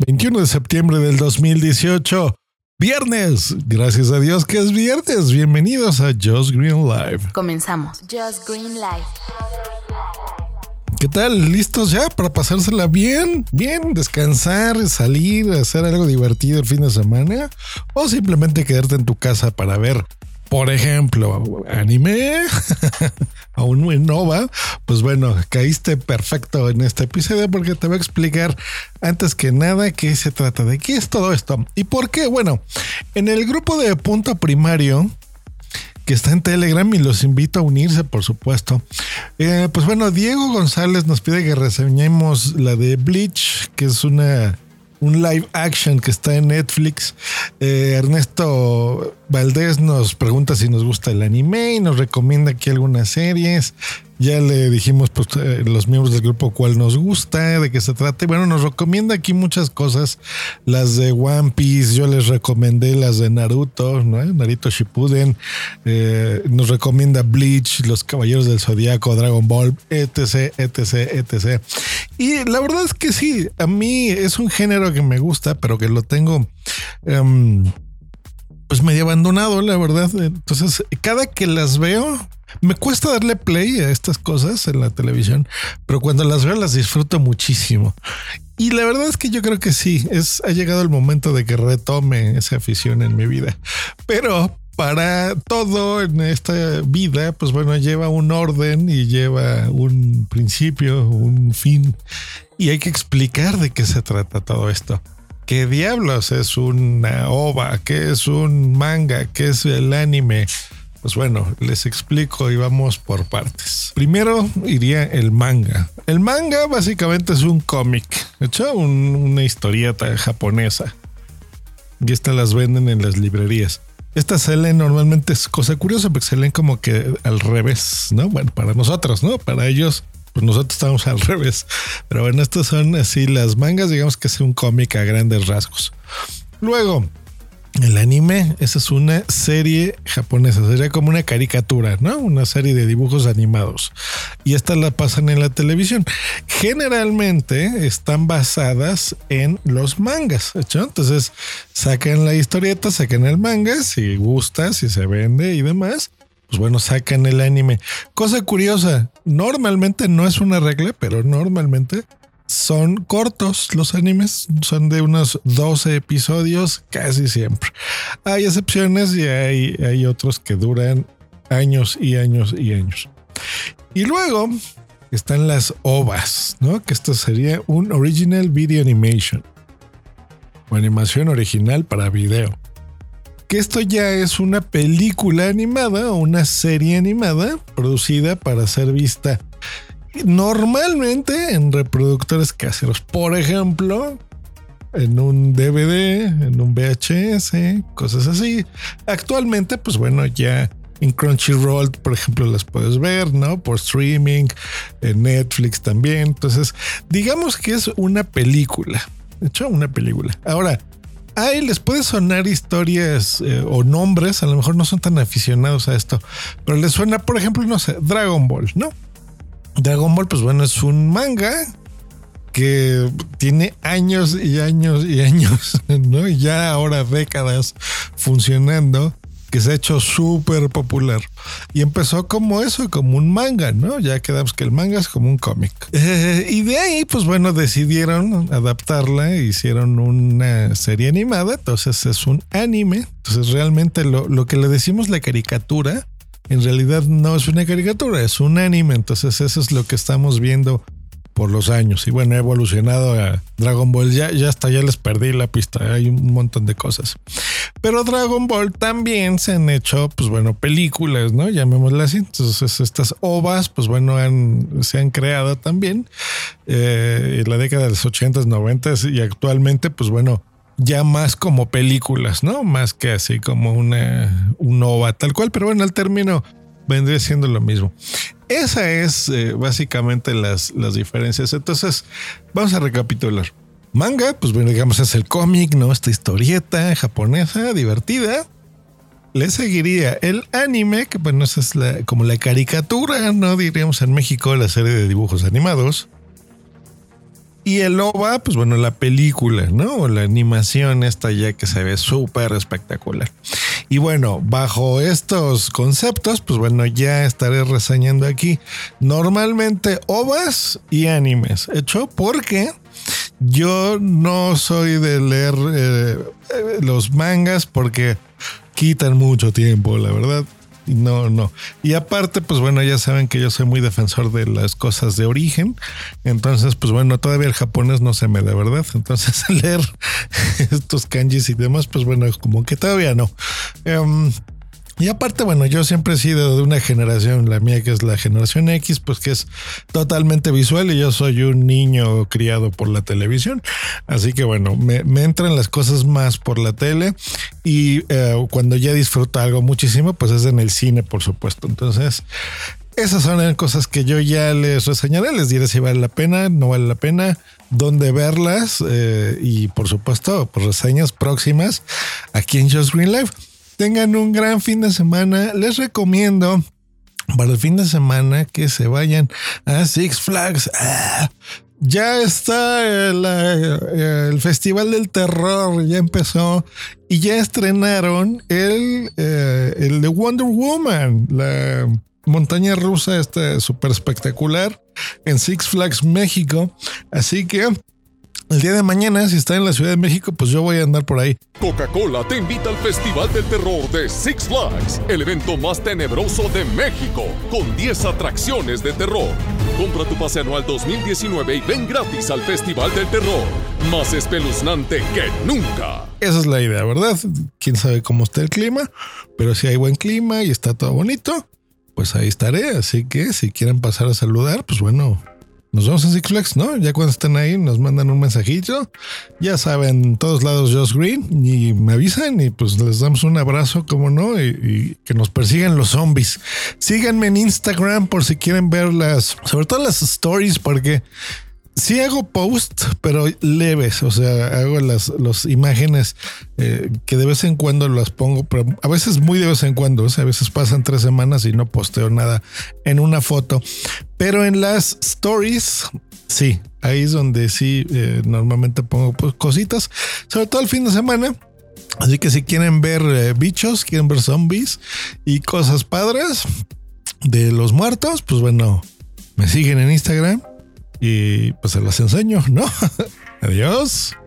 21 de septiembre del 2018, viernes. Gracias a Dios que es viernes. Bienvenidos a Just Green Live. Comenzamos. Just Green Live. ¿Qué tal? ¿Listos ya para pasársela bien? Bien, descansar, salir, hacer algo divertido el fin de semana o simplemente quedarte en tu casa para ver, por ejemplo, anime aún en Nova. Pues bueno, caíste perfecto en este episodio porque te voy a explicar antes que nada qué se trata, de qué es todo esto y por qué. Bueno, en el grupo de Punto Primario, que está en Telegram, y los invito a unirse, por supuesto. Pues bueno, Diego González nos pide que reseñemos la de Bleach, que es un live action que está en Netflix. Ernesto Valdés nos pregunta si nos gusta el anime y nos recomienda aquí algunas series. Ya le dijimos, pues, los miembros del grupo cuál nos gusta, de qué se trata. Y bueno, nos recomienda aquí muchas cosas. Las de One Piece, yo les recomendé las de Naruto, ¿no? Naruto Shippuden. Nos recomienda Bleach, Los Caballeros del Zodiaco, Dragon Ball, etc, etc, etc. Y la verdad es que sí, a mí es un género que me gusta, pero que lo tengo pues medio abandonado, la verdad. Entonces, cada que las veo, me cuesta darle play a estas cosas en la televisión, pero cuando las veo las disfruto muchísimo. Y la verdad es que yo creo que sí, ha llegado el momento de que retome esa afición en mi vida. Pero para todo en esta vida, pues bueno, lleva un orden y lleva un principio, un fin. Y hay que explicar de qué se trata todo esto. ¿Qué diablos es una OVA? ¿Qué es un manga? ¿Qué es el anime? Pues bueno, les explico y vamos por partes. Primero iría el manga. El manga básicamente es un cómic, hecho una historieta japonesa. Y estas las venden en las librerías. Estas se leen normalmente, es cosa curiosa, porque se leen como que al revés, ¿no? Bueno, para nosotros, ¿no? Para ellos, pues nosotros estamos al revés. Pero bueno, estas son así las mangas, digamos que es un cómic a grandes rasgos. Luego, el anime, esa es una serie japonesa, sería como una caricatura, ¿no? Una serie de dibujos animados. Y estas la pasan en la televisión. Generalmente están basadas en los mangas, ¿hecho? Entonces sacan la historieta, sacan el manga, si gusta, si se vende y demás. Pues bueno, sacan el anime. Cosa curiosa, normalmente no es una regla, pero normalmente son cortos los animes, son de unos 12 episodios casi siempre. Hay excepciones y hay otros que duran años y años y años. Y luego están las OVAs, ¿no? Que esto sería un Original Video Animation o animación original para video. Que esto ya es una película animada o una serie animada producida para ser vista normalmente en reproductores caseros, por ejemplo, en un DVD, en un VHS, cosas así. Actualmente, pues bueno, ya en Crunchyroll, por ejemplo, las puedes ver, ¿no? Por streaming, en Netflix también. Entonces, digamos que es una película. De hecho, una película. Ahora, ahí les puede sonar historias o nombres, a lo mejor no son tan aficionados a esto, pero les suena, por ejemplo, no sé, Dragon Ball, ¿no? Dragon Ball, pues bueno, es un manga que tiene años y años y años, ¿no? Y ya ahora décadas funcionando, que se ha hecho súper popular. Y empezó como eso, como un manga, ¿no? Ya quedamos que el manga es como un cómic. Y de ahí, pues bueno, decidieron adaptarla e hicieron una serie animada. Entonces es un anime. Entonces realmente lo que le decimos la caricatura, en realidad no es una caricatura, es un anime. Entonces eso es lo que estamos viendo por los años. Y bueno, ha evolucionado a Dragon Ball. Ya hasta ya les perdí la pista. Hay un montón de cosas. Pero Dragon Ball también se han hecho, pues bueno, películas, ¿no? Llamémoslas así. Entonces estas OVAs, pues bueno, se han creado también en la década de los 80s, 90s y actualmente, pues bueno, ya más como películas, ¿no? Más que así como un OVA tal cual, pero bueno, al término vendría siendo lo mismo. Esa es básicamente las diferencias. Entonces, vamos a recapitular. Manga, pues bueno, digamos es el cómic, ¿no? Esta historieta japonesa divertida. Le seguiría el anime, que bueno, esa es como la caricatura, ¿no? Diríamos en México, la serie de dibujos animados. Y el OVA, pues bueno, la película, ¿no? O la animación esta ya que se ve súper espectacular. Y bueno, bajo estos conceptos, pues bueno, ya estaré reseñando aquí normalmente OVAs y animes. Hecho porque yo no soy de leer los mangas porque quitan mucho tiempo, la verdad. No. Y aparte, pues bueno, ya saben que yo soy muy defensor de las cosas de origen. Entonces, pues bueno, todavía el japonés no se me da, ¿verdad? Entonces, leer estos kanjis y demás, pues bueno, como que todavía no. Y aparte, bueno, yo siempre he sido de una generación, la mía que es la generación X, pues que es totalmente visual y yo soy un niño criado por la televisión. Así que bueno, me entran las cosas más por la tele y cuando ya disfruto algo muchísimo, pues es en el cine, por supuesto. Entonces, esas son cosas que yo ya les reseñaré, les diré si vale la pena, no vale la pena, dónde verlas y por supuesto, pues reseñas próximas aquí en Just Green Live. Tengan un gran fin de semana. Les recomiendo para el fin de semana que se vayan a Six Flags. Ya está el Festival del Terror, ya empezó y ya estrenaron el de Wonder Woman, la montaña rusa súper espectacular en Six Flags México. Así que el día de mañana, si está en la Ciudad de México, pues yo voy a andar por ahí. Coca-Cola te invita al Festival del Terror de Six Flags, el evento más tenebroso de México, con 10 atracciones de terror. Compra tu pase anual 2019 y ven gratis al Festival del Terror, más espeluznante que nunca. Esa es la idea, ¿verdad? Quién sabe cómo está el clima, pero si hay buen clima y está todo bonito, pues ahí estaré. Así que si quieren pasar a saludar, pues bueno, nos vemos en Six Flags, ¿no? Ya cuando estén ahí nos mandan un mensajito. Ya saben, en todos lados Just Green y me avisan y pues les damos un abrazo, como no, y que nos persigan los zombies. Síganme en Instagram por si quieren ver sobre todo las stories, porque sí hago posts, pero leves, o sea, hago las imágenes que de vez en cuando las pongo, pero a veces muy de vez en cuando, o sea, a veces pasan 3 semanas y no posteo nada en una foto, pero en las stories, sí, ahí es donde sí normalmente pongo pues, cositas, sobre todo el fin de semana. Así que si quieren ver bichos, quieren ver zombies y cosas padres de los muertos, pues bueno, me siguen en Instagram. Y pues se las enseño, ¿no? Adiós.